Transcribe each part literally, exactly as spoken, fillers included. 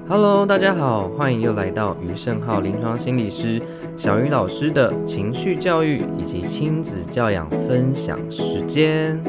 Hello， 大家好，欢迎又来到余胜浩临床心理师小鱼老师的情绪教育以及亲子教养分享时间。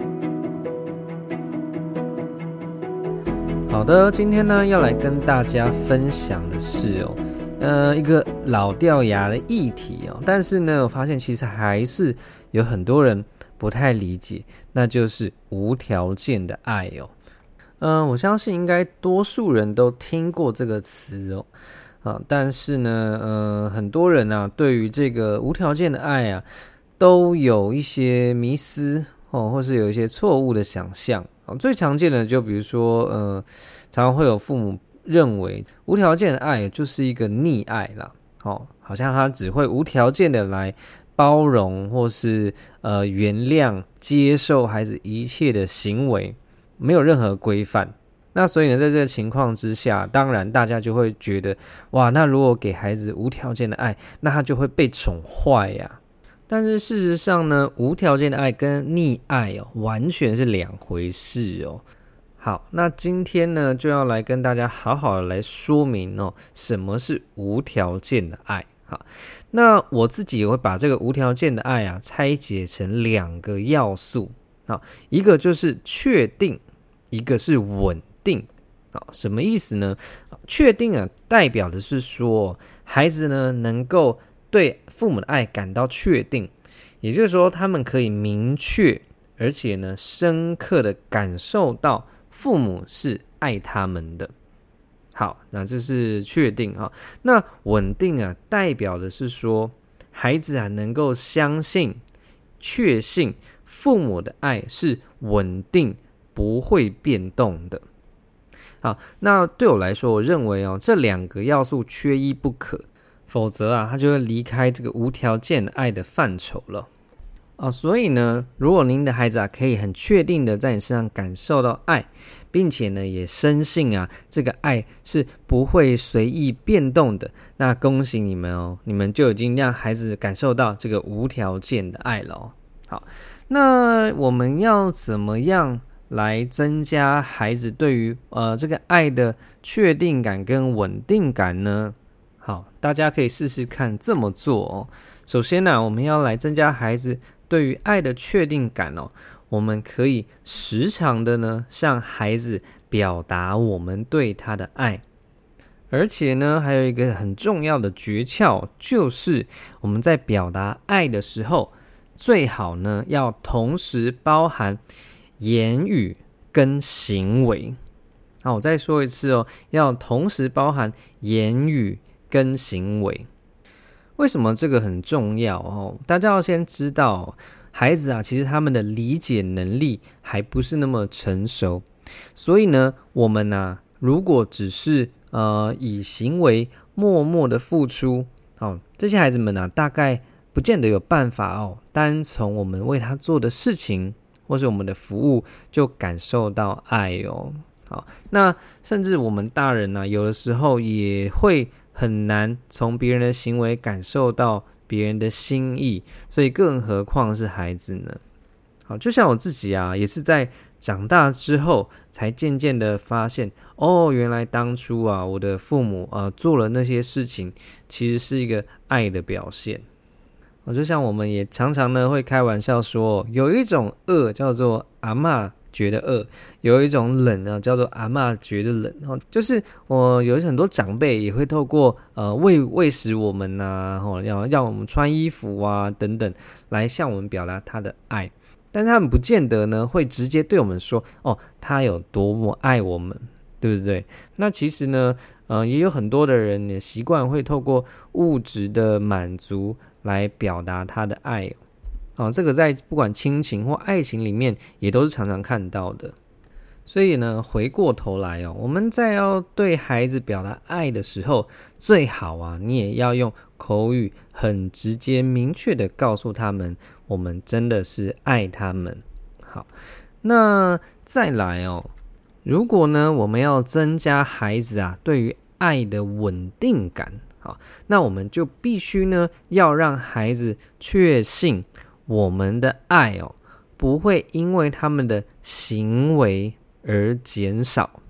好的，今天呢要来跟大家分享的是哦，呃，一个老掉牙的议题哦，但是呢，我发现其实还是有很多人不太理解，那就是无条件的爱哦。嗯、呃，我相信应该多数人都听过这个词哦，啊，但是呢，呃，很多人啊，对于这个无条件的爱啊，都有一些迷思哦，或是有一些错误的想象。哦、最常见的就比如说，呃，常常会有父母认为无条件的爱就是一个溺爱啦，哦，好像他只会无条件的来包容或是呃原谅、接受孩子一切的行为。没有任何规范，那所以呢，在这个情况之下，当然大家就会觉得，哇，那如果给孩子无条件的爱，那他就会被宠坏呀。但是事实上呢，无条件的爱跟溺爱哦，完全是两回事哦。好，那今天呢，就要来跟大家好好的来说明哦，什么是无条件的爱。好，那我自己也会把这个无条件的爱啊，拆解成两个要素。好，一个就是确定。一个是稳定，什么意思呢？确定啊，代表的是说，孩子呢能够对父母的爱感到确定，也就是说，他们可以明确而且呢深刻的感受到父母是爱他们的。好，那这是确定啊。那稳定啊，代表的是说，孩子啊能够相信、确信父母的爱是稳定。不会变动的。好，那对我来说，我认为哦，这两个要素缺一不可，否则啊，他就会离开这个无条件爱的范畴了。啊，所以呢，如果您的孩子啊，可以很确定的在你身上感受到爱，并且呢，也深信啊，这个爱是不会随意变动的，那恭喜你们哦，你们就已经让孩子感受到这个无条件的爱了哦。好，那我们要怎么样来增加孩子对于呃这个爱的确定感跟稳定感呢？好，大家可以试试看这么做哦。首先呢、啊，我们要来增加孩子对于爱的确定感哦。我们可以时常的呢向孩子表达我们对他的爱，而且呢还有一个很重要的诀窍，就是我们在表达爱的时候，最好呢要同时包含言语跟行为。好，我再说一次哦，要同时包含言语跟行为。为什么这个很重要哦？大家要先知道，孩子啊，其实他们的理解能力还不是那么成熟，所以呢，我们啊，如果只是呃以行为默默的付出，哦，这些孩子们啊，大概不见得有办法哦，单从我们为他做的事情或是我们的服务就感受到爱哦。好，那甚至我们大人呢、啊，有的时候也会很难从别人的行为感受到别人的心意，所以更何况是孩子呢？好，就像我自己啊，也是在长大之后才渐渐的发现，哦，原来当初啊，我的父母呃做了那些事情，其实是一个爱的表现。就像我们也常常呢会开玩笑说，有一种饿叫做阿嬷觉得饿，有一种冷呢叫做阿嬷觉得冷。就是我有很多长辈也会透过呃喂喂食我们啊，要让我们穿衣服啊等等，来向我们表达他的爱。但是他们不见得呢会直接对我们说，哦，他有多么爱我们，对不对？那其实呢，呃，也有很多的人也习惯会透过物质的满足来表达他的爱哦，哦，这个在不管亲情或爱情里面也都是常常看到的。所以呢，回过头来哦，我们在要对孩子表达爱的时候，最好啊，你也要用口语很直接明确的告诉他们，我们真的是爱他们。好，那再来哦，如果呢，我们要增加孩子啊对于爱的稳定感，好，那我们就必须呢要让孩子确信我们的爱哦不会因为他们的行为而减少。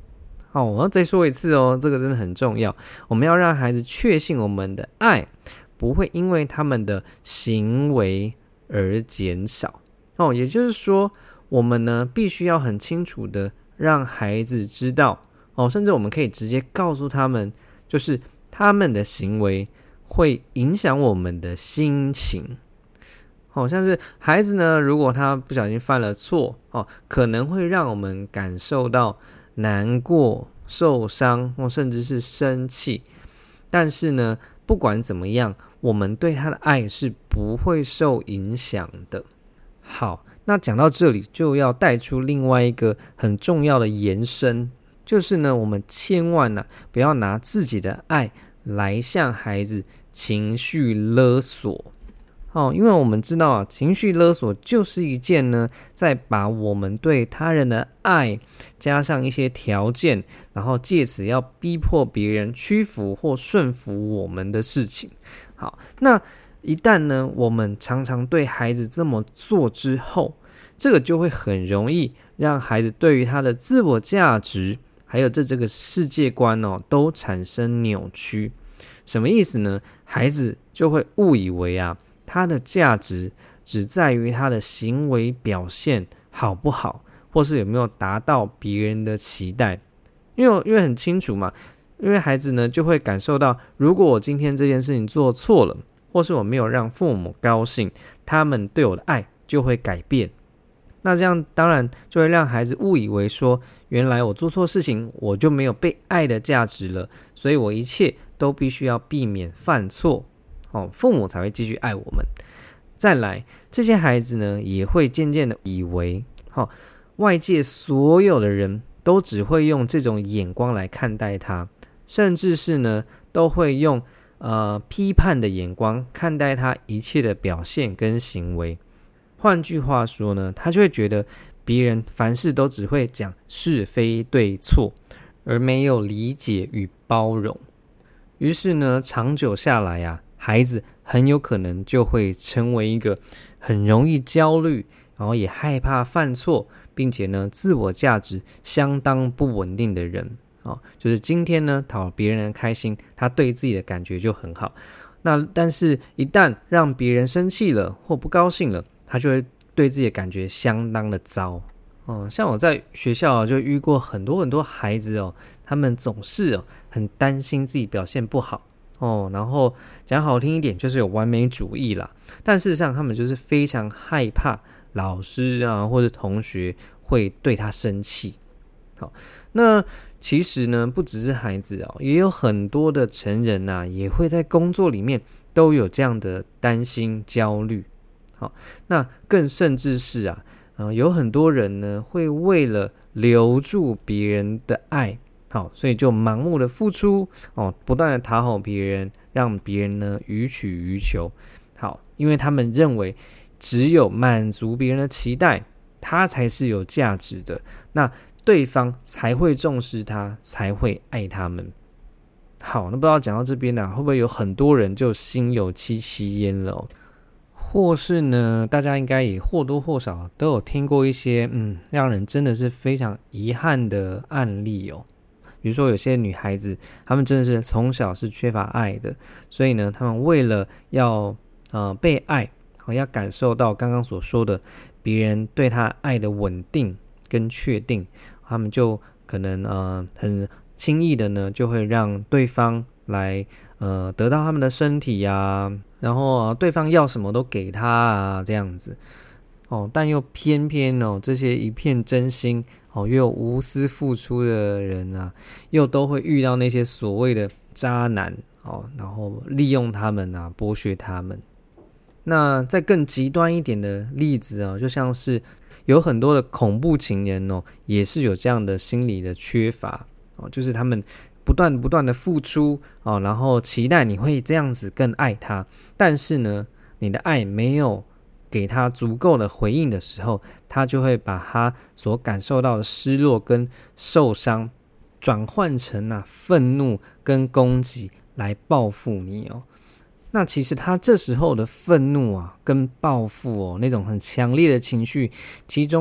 好，我要再说一次哦，这个真的很重要。我们要让孩子确信我们的爱不会因为他们的行为而减少。哦，也就是说，我们呢必须要很清楚的让孩子知道，哦，甚至我们可以直接告诉他们，就是他们的行为会影响我们的心情。好，像是孩子呢，如果他不小心犯了错，哦，可能会让我们感受到难过、受伤，或甚至是生气。但是呢，不管怎么样，我们对他的爱是不会受影响的。好，那讲到这里，就要带出另外一个很重要的延伸，就是呢，我们千万呢、啊、不要拿自己的爱来向孩子情绪勒索。哦，因为我们知道啊，情绪勒索就是一件呢，在把我们对他人的爱加上一些条件，然后借此要逼迫别人屈服或顺服我们的事情。好，那一旦呢，我们常常对孩子这么做之后，这个就会很容易让孩子对于他的自我价值，还有这这个世界观哦，都产生扭曲。什么意思呢？孩子就会误以为啊，他的价值只在于他的行为表现好不好，或是有没有达到别人的期待。因为因为很清楚嘛，因为孩子呢就会感受到，如果我今天这件事情做错了，或是我没有让父母高兴，他们对我的爱就会改变。那这样当然就会让孩子误以为说，原来我做错事情，我就没有被爱的价值了，所以我一切都必须要避免犯错。哦，父母才会继续爱我们。再来，这些孩子呢，也会渐渐的以为，哦，外界所有的人都只会用这种眼光来看待他，甚至是呢，都会用呃批判的眼光看待他一切的表现跟行为。换句话说呢，他就会觉得别人凡事都只会讲是非对错，而没有理解与包容。于是呢，长久下来啊，孩子很有可能就会成为一个很容易焦虑，然后也害怕犯错，并且呢，自我价值相当不稳定的人。哦，就是今天呢，讨别人开心，他对自己的感觉就很好。那但是，一旦让别人生气了或不高兴了，他就会对自己的感觉相当的糟。哦，像我在学校啊，就遇过很多很多孩子哦，他们总是哦很担心自己表现不好。哦，然后讲好听一点就是有完美主义啦，但事实上他们就是非常害怕老师啊或者同学会对他生气。好，那其实呢，不只是孩子哦，也有很多的成人啊，也会在工作里面都有这样的担心焦虑。好，那更甚至是啊，呃，有很多人呢会为了留住别人的爱。好，所以就盲目的付出哦，不断的讨好别人，让别人呢予取予求。好，因为他们认为只有满足别人的期待，他才是有价值的，那对方才会重视他，才会爱他们。好，那不知道讲到这边呢、啊，会不会有很多人就心有戚戚焉了、哦？或是呢，大家应该也或多或少都有听过一些嗯，让人真的是非常遗憾的案例哦。比如说有些女孩子，她们真的是从小是缺乏爱的，所以呢，她们为了要呃被爱，好要感受到刚刚所说的别人对她爱的稳定跟确定，她们就可能呃很轻易的呢，就会让对方来呃得到他们的身体呀、啊，然后、啊、对方要什么都给他啊，这样子。哦，但又偏偏哦，这些一片真心哦，又无私付出的人啊，又都会遇到那些所谓的渣男哦，然后利用他们啊，剥削他们。那再更极端一点的例子啊，就像是有很多的恐怖情人哦，也是有这样的心理的缺乏哦，就是他们不断不断的付出哦，然后期待你会这样子更爱他，但是呢，你的爱没有给他足够的回应的时候，他就会把他所感受到的失落跟受伤转换成啊愤怒跟攻击来报复你哦。那其实他这时候的愤怒啊跟报复哦，那种很强烈的情绪，其中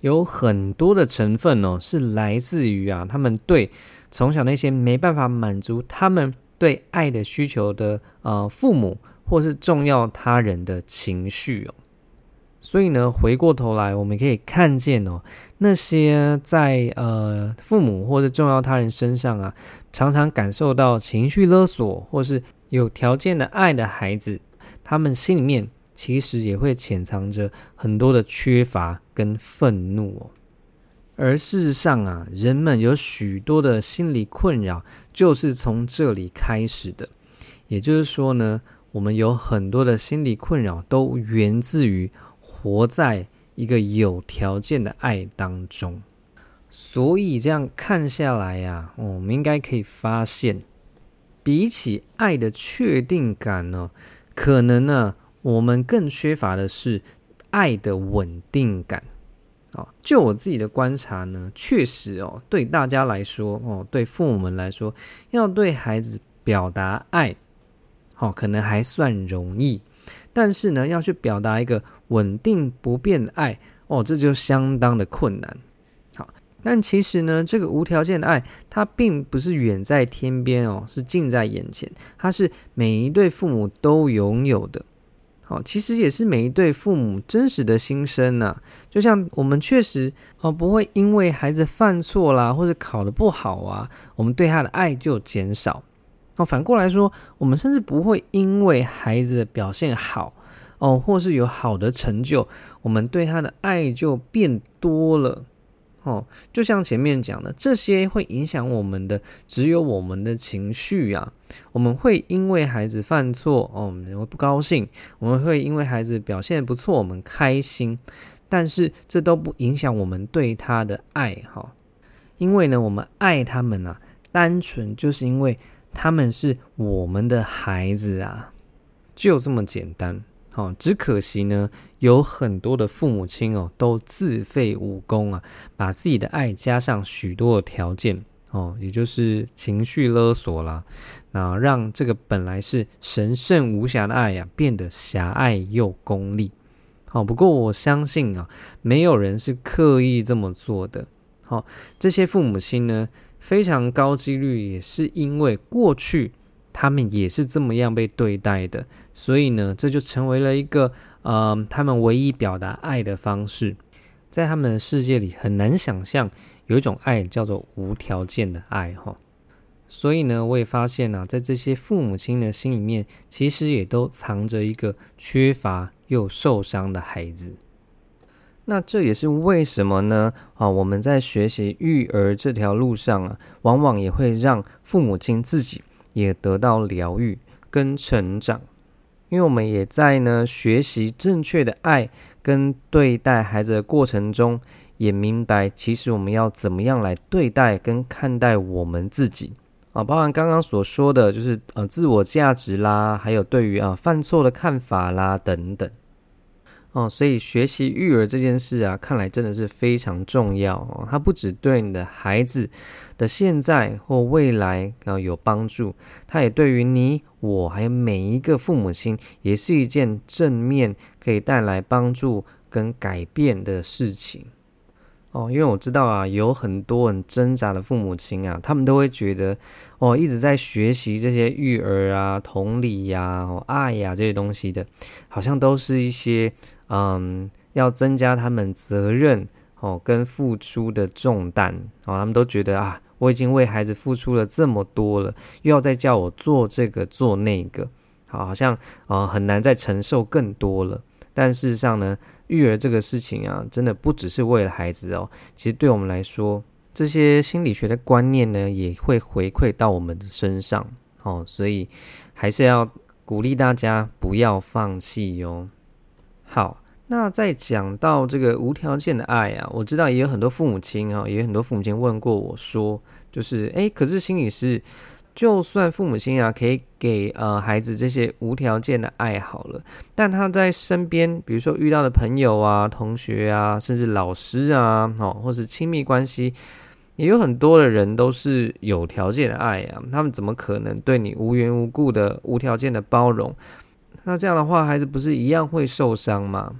有很多的成分哦，是来自于啊，他们对从小那些没办法满足他们对爱的需求的呃父母，或是重要他人的情绪哦。所以呢，回过头来，我们可以看见哦，那些在呃父母或者重要他人身上啊，常常感受到情绪勒索，或是有条件的爱的孩子，他们心里面其实也会潜藏着很多的缺乏跟愤怒哦。而事实上啊，人们有许多的心理困扰，就是从这里开始的。也就是说呢，我们有很多的心理困扰都源自于活在一个有条件的爱当中。所以这样看下来呀、啊，我们应该可以发现，比起爱的确定感呢，可能呢，我们更缺乏的是爱的稳定感。哦，就我自己的观察呢，确实哦，对大家来说，哦，对父母们来说，要对孩子表达爱，哦，可能还算容易。但是呢，要去表达一个稳定不变的爱，哦，这就相当的困难。好，但其实呢，这个无条件的爱，它并不是远在天边哦，是近在眼前，它是每一对父母都拥有的。好，其实也是每一对父母真实的心声啊。就像我们确实哦，不会因为孩子犯错啦，或者考得不好啊，我们对他的爱就减少。哦，反过来说，我们甚至不会因为孩子的表现好哦，或是有好的成就，我们对他的爱就变多了。哦，就像前面讲的，这些会影响我们的只有我们的情绪啊。我们会因为孩子犯错，哦，我们会不高兴；我们会因为孩子表现不错，我们开心。但是这都不影响我们对他的爱哈。因为呢，我们爱他们啊，单纯就是因为他们是我们的孩子啊，就这么简单。哦，只可惜呢，有很多的父母亲哦，都自废武功啊，把自己的爱加上许多的条件哦，也就是情绪勒索啦，那让这个本来是神圣无瑕的爱呀、啊，变得狭隘又功利。好，不过我相信啊，没有人是刻意这么做的。好，这些父母亲呢，非常高几率也是因为过去他们也是这么样被对待的，所以呢，这就成为了一个呃，他们唯一表达爱的方式。在他们的世界里，很难想象有一种爱叫做无条件的爱哈。所以呢，我也发现啊，在这些父母亲的心里面，其实也都藏着一个缺乏又受伤的孩子。那这也是为什么呢？啊，我们在学习育儿这条路上啊，往往也会让父母亲自己也得到疗愈跟成长，因为我们也在呢学习正确的爱跟对待孩子的过程中，也明白其实我们要怎么样来对待跟看待我们自己啊，包含刚刚所说的就是呃自我价值啦，还有对于啊犯错的看法啦等等。哦，所以学习育儿这件事啊，看来真的是非常重要哦。它不只对你的孩子的现在或未来啊有帮助，它也对于你、我还有每一个父母亲，也是一件正面可以带来帮助跟改变的事情。哦，因为我知道啊，有很多很挣扎的父母亲啊，他们都会觉得哦，一直在学习这些育儿啊、同理呀、啊、哦、爱呀、啊、这些东西的，好像都是一些嗯，要增加他们责任哦跟付出的重担哦，他们都觉得啊，我已经为孩子付出了这么多了，又要再叫我做这个做那个，好，好像呃很难再承受更多了。但事实上呢，育儿这个事情啊，真的不只是为了孩子哦，其实对我们来说，这些心理学的观念呢，也会回馈到我们的身上哦，所以还是要鼓励大家不要放弃哦。好，那在讲到这个无条件的爱啊，我知道也有很多父母亲啊，也有很多父母亲问过我说，就是哎，可是心理师，就算父母亲啊可以给呃孩子这些无条件的爱好了，但他在身边，比如说遇到的朋友啊、同学啊，甚至老师啊，哦，或是亲密关系，也有很多的人都是有条件的爱啊，他们怎么可能对你无缘无故的无条件的包容？那这样的话，孩子不是一样会受伤吗？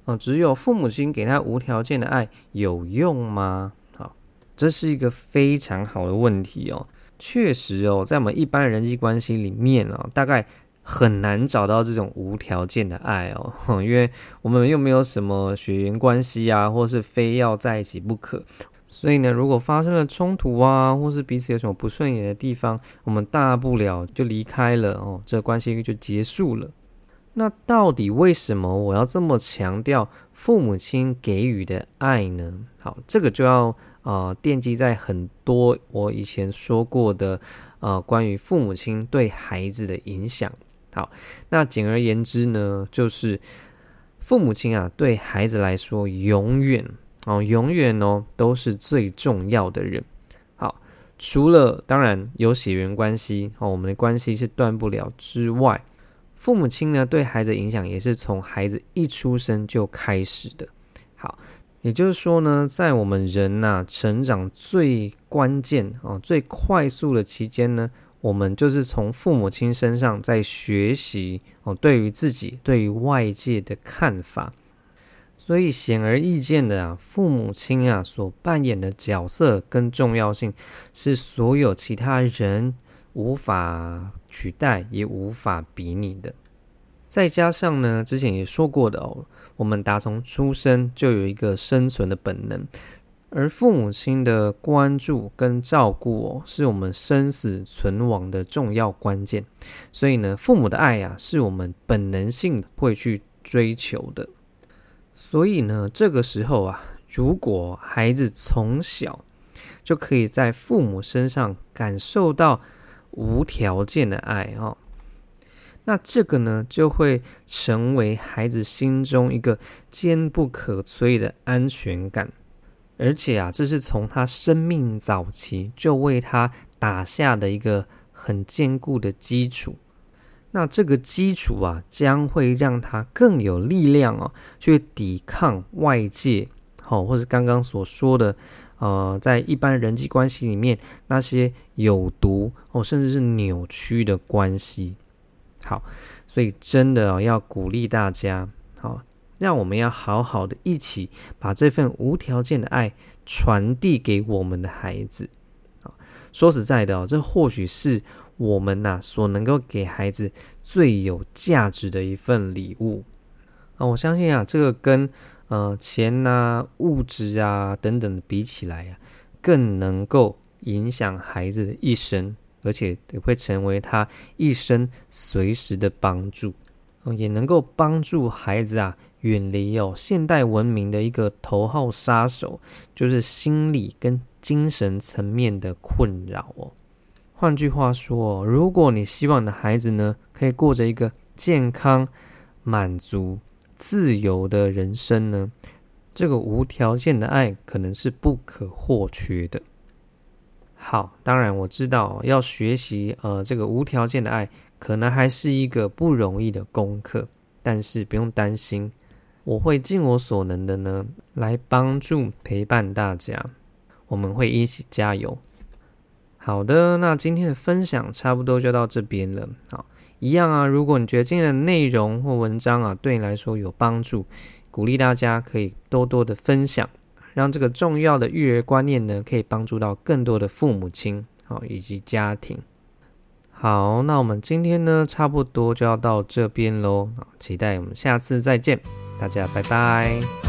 哦，只有父母亲给他无条件的爱有用吗？好，这是一个非常好的问题哦。确实哦，在我们一般的人际关系里面哦，大概很难找到这种无条件的爱哦，因为我们又没有什么血缘关系啊，或是非要在一起不可。所以呢，如果发生了冲突啊，或是彼此有什么不顺眼的地方，我们大不了就离开了哦，这个关系就结束了。那到底为什么我要这么强调父母亲给予的爱呢？好，这个就要呃奠基在很多我以前说过的呃关于父母亲对孩子的影响。好，那简而言之呢，就是父母亲啊对孩子来说永远哦永远哦都是最重要的人。好，除了当然有血缘关系哦，我们的关系是断不了之外，父母亲呢对孩子的影响也是从孩子一出生就开始的。好，也就是说呢，在我们人啊成长最关键哦最快速的期间呢，我们就是从父母亲身上在学习哦对于自己对于外界的看法。所以显而易见的啊，父母亲啊所扮演的角色跟重要性是所有其他人无法取代也无法比拟的。再加上呢，之前也说过的哦，我们打从出生就有一个生存的本能，而父母亲的关注跟照顾哦，是我们生死存亡的重要关键。所以呢，父母的爱啊，是我们本能性会去追求的。所以呢，这个时候啊，如果孩子从小就可以在父母身上感受到无条件的爱哦，那这个呢就会成为孩子心中一个坚不可摧的安全感，而且啊，这是从他生命早期就为他打下的一个很坚固的基础。那这个基础啊，将会让他更有力量哦，去抵抗外界，好、哦，或是刚刚所说的，呃，在一般人际关系里面那些有毒哦，甚至是扭曲的关系。好，所以真的、哦、要鼓励大家，好，让我们要好好的一起把这份无条件的爱传递给我们的孩子。说实在的、哦，这或许是我们呐、啊、所能够给孩子最有价值的一份礼物啊！我相信啊，这个跟呃钱啊、物质啊等等的比起来啊，更能够影响孩子的一生，而且也会成为他一生随时的帮助，哦、也能够帮助孩子啊远离哦现代文明的一个头号杀手，就是心理跟精神层面的困扰哦。换句话说，如果你希望你的孩子呢，可以过着一个健康、满足、自由的人生呢，这个无条件的爱可能是不可或缺的。好，当然我知道要学习呃这个无条件的爱，可能还是一个不容易的功课，但是不用担心，我会尽我所能的呢，来帮助陪伴大家，我们会一起加油。好的，那今天的分享差不多就到这边了。好，一样啊，如果你觉得今天的内容或文章啊对你来说有帮助，鼓励大家可以多多的分享，让这个重要的育儿观念呢，可以帮助到更多的父母亲好以及家庭。好，那我们今天呢差不多就要到这边咯，期待我们下次再见，大家拜拜。